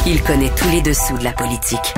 Il connaît tous les dessous de la politique.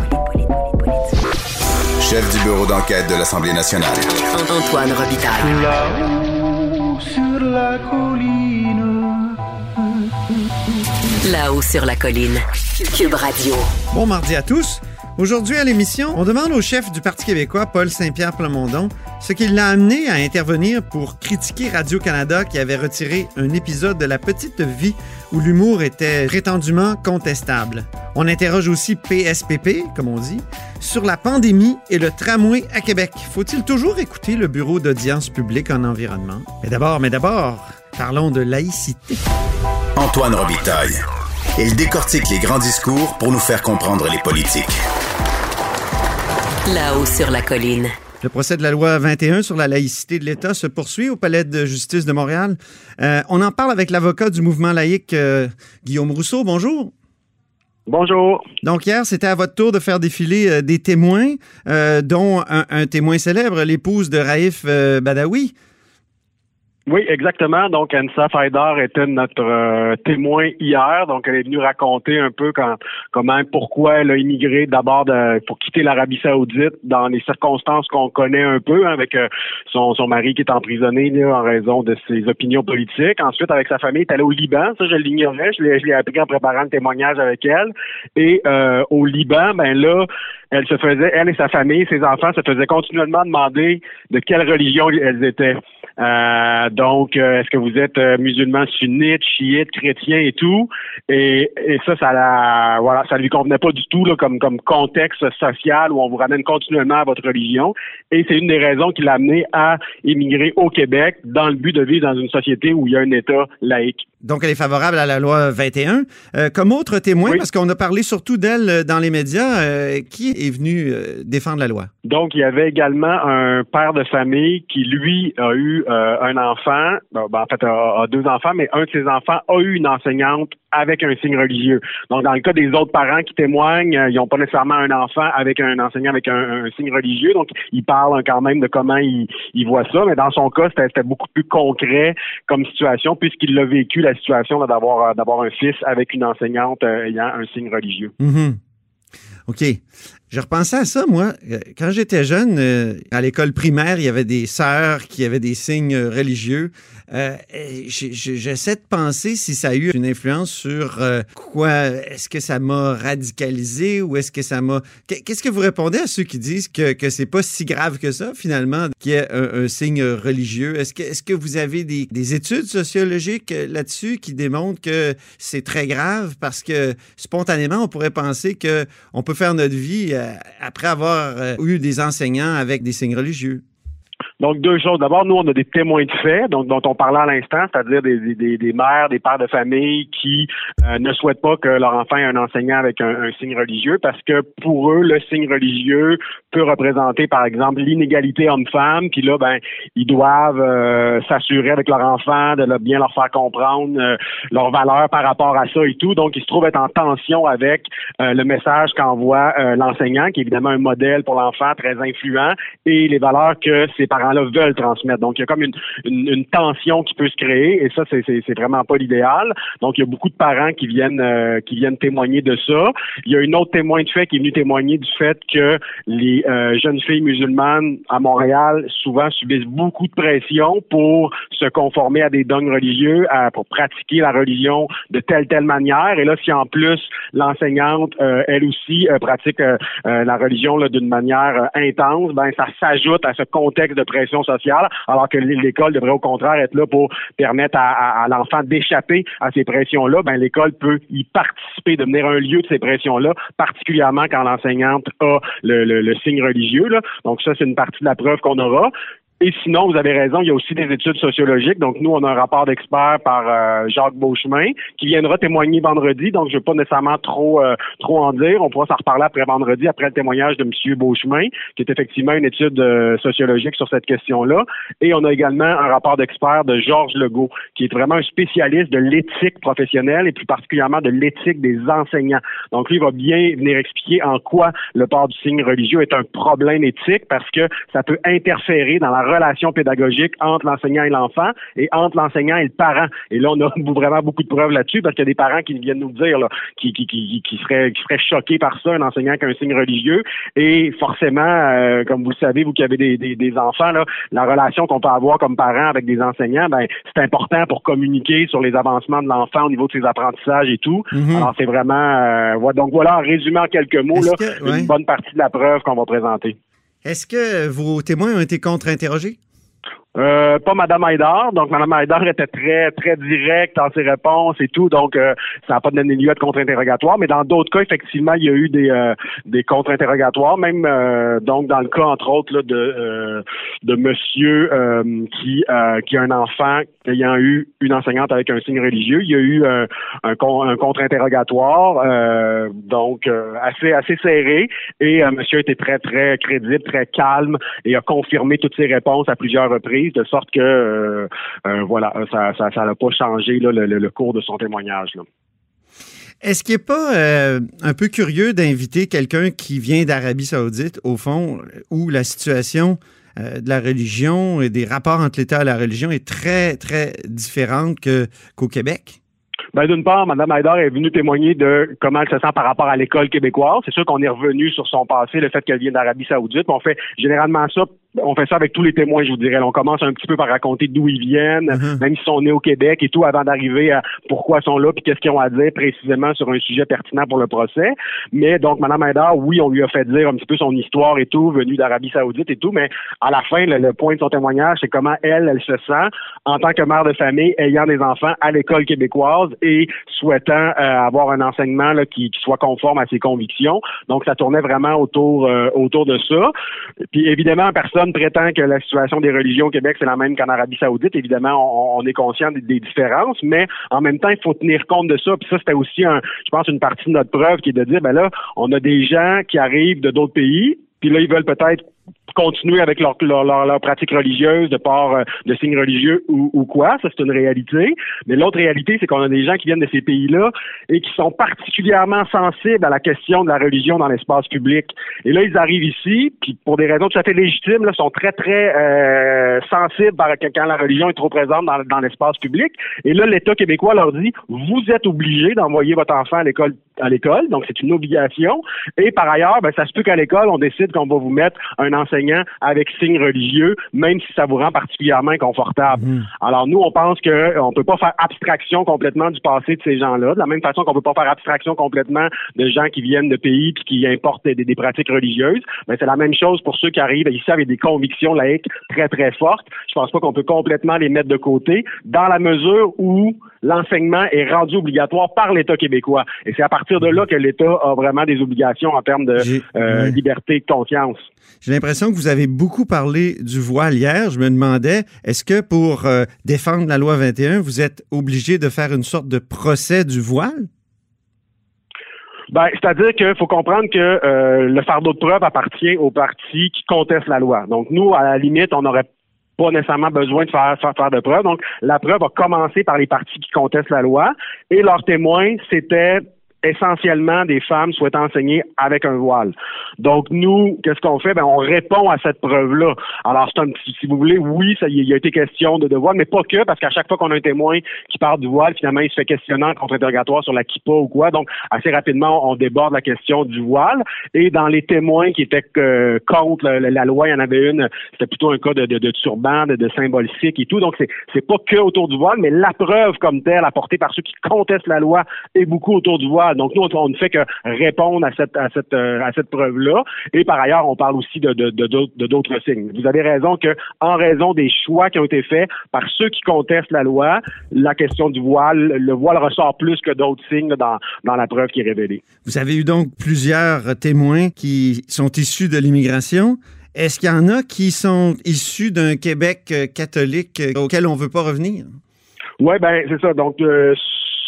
Chef du bureau d'enquête de l'Assemblée nationale. Antoine Robitaille. Là-haut sur la colline. Là-haut sur la colline. Cube Radio. Bon mardi à tous. Aujourd'hui à l'émission, on demande au chef du Parti québécois, Paul Saint-Pierre Plamondon, ce qui l'a amené à intervenir pour critiquer Radio-Canada qui avait retiré un épisode de La Petite Vie où l'humour était prétendument contestable. On interroge aussi PSPP, comme on dit, sur la pandémie et le tramway à Québec. Faut-il toujours écouter le Bureau d'audience publique en environnement? Mais d'abord, parlons de laïcité. Antoine Robitaille. Il décortique les grands discours pour nous faire comprendre les politiques. Là-haut sur la colline. Le procès de la loi 21 sur la laïcité de l'État se poursuit au Palais de justice de Montréal. On en parle avec l'avocat du mouvement laïque, Guillaume Rousseau. Bonjour. Bonjour. Donc hier, c'était à votre tour de faire défiler des témoins, dont un témoin célèbre, l'épouse de Raif Badawi. Oui, exactement. Donc, Anissa Faidar était notre témoin hier. Donc, elle est venue raconter un peu pourquoi elle a immigré d'abord pour quitter l'Arabie Saoudite dans les circonstances qu'on connaît un peu, avec son mari qui est emprisonné là, en raison de ses opinions politiques. Ensuite, avec sa famille, elle est allée au Liban. Ça, je l'ignorais. Je l'ai appris en préparant le témoignage avec elle. Et au Liban, elle et sa famille, ses enfants, se faisaient continuellement demander de quelle religion elles étaient. Donc, est-ce que vous êtes musulman sunnite, chiite, chrétien et tout? Et ça lui convenait pas du tout là, comme contexte social où on vous ramène continuellement à votre religion. Et c'est une des raisons qui l'a amené à émigrer au Québec dans le but de vivre dans une société où il y a un État laïque. Donc, elle est favorable à la loi 21. Comme autre témoin, oui. Parce qu'on a parlé surtout d'elle dans les médias, qui est venu défendre la loi? Donc, il y avait également un père de famille qui, lui, a eu un enfant, a deux enfants, mais un de ses enfants a eu une enseignante avec un signe religieux. Donc, dans le cas des autres parents qui témoignent, ils n'ont pas nécessairement un enfant avec un enseignant avec un signe religieux. Donc, ils parlent quand même de comment ils voient ça. Mais dans son cas, c'était beaucoup plus concret comme situation puisqu'il l'a vécu, la situation là, d'avoir un fils avec une enseignante ayant un signe religieux. Mm-hmm. OK. Je repensais à ça, moi. Quand j'étais jeune, à l'école primaire, il y avait des sœurs qui avaient des signes religieux. J'essaie de penser si ça a eu une influence sur quoi. Est-ce que ça m'a radicalisé ou est-ce que ça m'a... Qu'est-ce que vous répondez à ceux qui disent que c'est pas si grave que ça, finalement, qu'il y ait un signe religieux? Est-ce que vous avez des études sociologiques là-dessus qui démontrent que c'est très grave? Parce que spontanément, on pourrait penser qu'on peut faire notre vie après avoir eu des enseignants avec des signes religieux. Donc, deux choses. D'abord, nous, on a des témoins de fait, donc dont on parlait à l'instant, c'est-à-dire des mères, des pères de famille qui ne souhaitent pas que leur enfant ait un enseignant avec un signe religieux parce que pour eux, le signe religieux peut représenter, par exemple, l'inégalité homme-femme, puis là, ils doivent s'assurer avec leur enfant de bien leur faire comprendre leurs valeurs par rapport à ça et tout. Donc, ils se trouvent être en tension avec le message qu'envoie l'enseignant, qui est évidemment un modèle pour l'enfant très influent, et les valeurs que ses parents-là veulent transmettre. Donc, il y a comme une tension qui peut se créer et ça, c'est vraiment pas l'idéal. Donc, il y a beaucoup de parents qui viennent témoigner de ça. Il y a une autre témoin de fait qui est venu témoigner du fait que les jeunes filles musulmanes à Montréal souvent subissent beaucoup de pression pour se conformer à des dogmes religieux, pour pratiquer la religion de telle manière. Et là, si en plus l'enseignante, elle aussi, pratique la religion là, d'une manière intense, ça s'ajoute à ce contexte de pression sociale, alors que l'école devrait au contraire être là pour permettre à l'enfant d'échapper à ces pressions-là. L'école peut y participer, devenir un lieu de ces pressions-là, particulièrement quand l'enseignante a le signe religieux. Là. Donc ça, c'est une partie de la preuve qu'on aura. Et sinon, vous avez raison, il y a aussi des études sociologiques. Donc, nous, on a un rapport d'expert par Jacques Beauchemin qui viendra témoigner vendredi. Donc, je ne veux pas nécessairement trop en dire. On pourra s'en reparler après vendredi, après le témoignage de M. Beauchemin, qui est effectivement une étude sociologique sur cette question-là. Et on a également un rapport d'expert de Georges Legault, qui est vraiment un spécialiste de l'éthique professionnelle et plus particulièrement de l'éthique des enseignants. Donc, lui, il va bien venir expliquer en quoi le port du signe religieux est un problème éthique parce que ça peut interférer dans la relation pédagogique entre l'enseignant et l'enfant et entre l'enseignant et le parent. Et là, on a vraiment beaucoup de preuves là-dessus parce qu'il y a des parents qui viennent nous dire là, qui seraient choqués par ça, un enseignant qui a un signe religieux. Et forcément, comme vous le savez, vous qui avez des enfants, là, la relation qu'on peut avoir comme parent avec des enseignants, ben c'est important pour communiquer sur les avancements de l'enfant au niveau de ses apprentissages et tout. Mm-hmm. Alors, c'est vraiment... donc voilà, en résumant en quelques mots, là, une bonne partie de la preuve qu'on va présenter. Est-ce que vos témoins ont été contre-interrogés? Pas Mme Haïdar. Donc, Mme Haïdar était très, très directe dans ses réponses et tout. Donc, ça n'a pas donné lieu à de contre-interrogatoire. Mais dans d'autres cas, effectivement, il y a eu des contre-interrogatoires. Même, donc, dans le cas, entre autres, là, de monsieur qui a un enfant ayant eu une enseignante avec un signe religieux, il y a eu un contre-interrogatoire, donc assez serré. Et monsieur a été très, très crédible, très calme et a confirmé toutes ses réponses à plusieurs reprises, de sorte que voilà, ça n'a pas changé là, le cours de son témoignage. Là. Est-ce qu'il n'est pas un peu curieux d'inviter quelqu'un qui vient d'Arabie Saoudite, au fond, où la situation de la religion et des rapports entre l'État et la religion est très, très différente qu'au Québec? Ben, d'une part, Mme Haïdar est venue témoigner de comment elle se sent par rapport à l'école québécoise. C'est sûr qu'on est revenu sur son passé, le fait qu'elle vient d'Arabie Saoudite. On fait généralement ça. On fait ça avec tous les témoins, je vous dirais. On commence un petit peu par raconter d'où ils viennent, même s'ils sont nés au Québec et tout, avant d'arriver à pourquoi ils sont là, puis qu'est-ce qu'ils ont à dire précisément sur un sujet pertinent pour le procès. Mais donc, Mme Haïdar, oui, on lui a fait dire un petit peu son histoire et tout, venue d'Arabie Saoudite et tout, mais à la fin, le point de son témoignage, c'est comment elle se sent en tant que mère de famille, ayant des enfants à l'école québécoise et souhaitant avoir un enseignement là, qui soit conforme à ses convictions. Donc, ça tournait vraiment autour de ça. Puis, évidemment, personne prétend que la situation des religions au Québec, c'est la même qu'en Arabie Saoudite. Évidemment, on est conscient des différences, mais en même temps, il faut tenir compte de ça. Puis ça, c'était aussi, je pense, une partie de notre preuve qui est de dire, ben là, on a des gens qui arrivent de d'autres pays, puis là, ils veulent peut-être continuer avec leur pratique religieuse de part de signes religieux ou quoi, ça c'est une réalité. Mais l'autre réalité, c'est qu'on a des gens qui viennent de ces pays-là et qui sont particulièrement sensibles à la question de la religion dans l'espace public. Et là, ils arrivent ici, puis pour des raisons tout à fait légitimes, là, sont très, très sensibles quand la religion est trop présente dans l'espace public. Et là, l'État québécois leur dit, vous êtes obligés d'envoyer votre enfant à l'école, donc c'est une obligation. Et par ailleurs, ben, ça se peut qu'à l'école, on décide qu'on va vous mettre un enseignant avec signe religieux, même si ça vous rend particulièrement inconfortable. Alors nous, on pense qu'on peut pas faire abstraction complètement du passé de ces gens-là, de la même façon qu'on peut pas faire abstraction complètement de gens qui viennent de pays puis qui importent des pratiques religieuses. Ben, c'est la même chose pour ceux qui arrivent ici avec des convictions laïques très, très fortes. Je pense pas qu'on peut complètement les mettre de côté dans la mesure où l'enseignement est rendu obligatoire par l'État québécois. Et c'est à partir de là que l'État a vraiment des obligations en termes de liberté et de conscience. J'ai l'impression que vous avez beaucoup parlé du voile hier. Je me demandais, est-ce que pour défendre la loi 21, vous êtes obligé de faire une sorte de procès du voile? Ben, c'est-à-dire qu'il faut comprendre que le fardeau de preuve appartient aux partis qui contestent la loi. Donc, nous, à la limite, on n'aurait pas nécessairement besoin de faire de preuve. Donc, la preuve a commencé par les partis qui contestent la loi et leurs témoins, c'était essentiellement des femmes souhaitant enseigner avec un voile. Donc, nous, qu'est-ce qu'on fait? Ben, on répond à cette preuve-là. Alors, si vous voulez, oui, il y a été question de voile, mais pas que, parce qu'à chaque fois qu'on a un témoin qui parle du voile, finalement, il se fait questionner en contre-interrogatoire sur la kippa ou quoi. Donc, assez rapidement, on déborde la question du voile. Et dans les témoins qui étaient contre la loi, il y en avait une, c'était plutôt un cas de turban, de symbole sikh et tout. Donc, c'est pas que autour du voile, mais la preuve comme telle apportée par ceux qui contestent la loi est beaucoup autour du voile. Donc, nous, on ne fait que répondre à cette preuve-là. Et par ailleurs, on parle aussi de d'autres signes. Vous avez raison que, en raison des choix qui ont été faits par ceux qui contestent la loi, la question du voile, le voile ressort plus que d'autres signes dans la preuve qui est révélée. Vous avez eu donc plusieurs témoins qui sont issus de l'immigration. Est-ce qu'il y en a qui sont issus d'un Québec catholique auquel on ne veut pas revenir? Oui, ben c'est ça. Donc,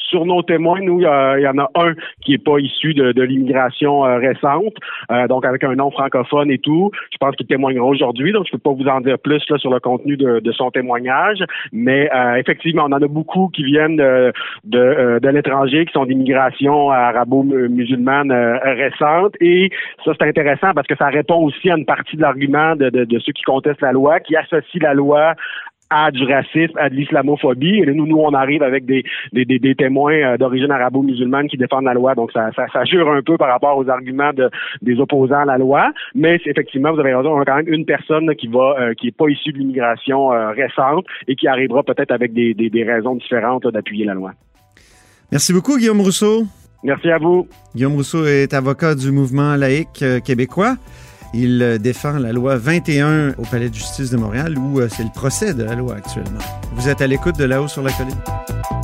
Sur nos témoins, nous, il y en a un qui est pas issu de l'immigration récente, donc avec un nom francophone et tout. Je pense qu'il témoignera aujourd'hui, donc je peux pas vous en dire plus là sur le contenu de son témoignage, mais effectivement, on en a beaucoup qui viennent de l'étranger, qui sont d'immigration arabo-musulmane récente, et ça c'est intéressant parce que ça répond aussi à une partie de l'argument de ceux qui contestent la loi, qui associent la loi à du racisme, à de l'islamophobie. Et là, nous, on arrive avec des témoins d'origine arabo-musulmane qui défendent la loi. Donc, ça jure un peu par rapport aux arguments des opposants à la loi. Mais effectivement, vous avez raison, on a quand même une personne qui est pas issue de l'immigration récente et qui arrivera peut-être avec des raisons différentes d'appuyer la loi. Merci beaucoup, Guillaume Rousseau. Merci à vous. Guillaume Rousseau est avocat du mouvement laïque québécois. Il défend la loi 21 au Palais de justice de Montréal où c'est le procès de la loi actuellement. Vous êtes à l'écoute de Là-haut sur la colline.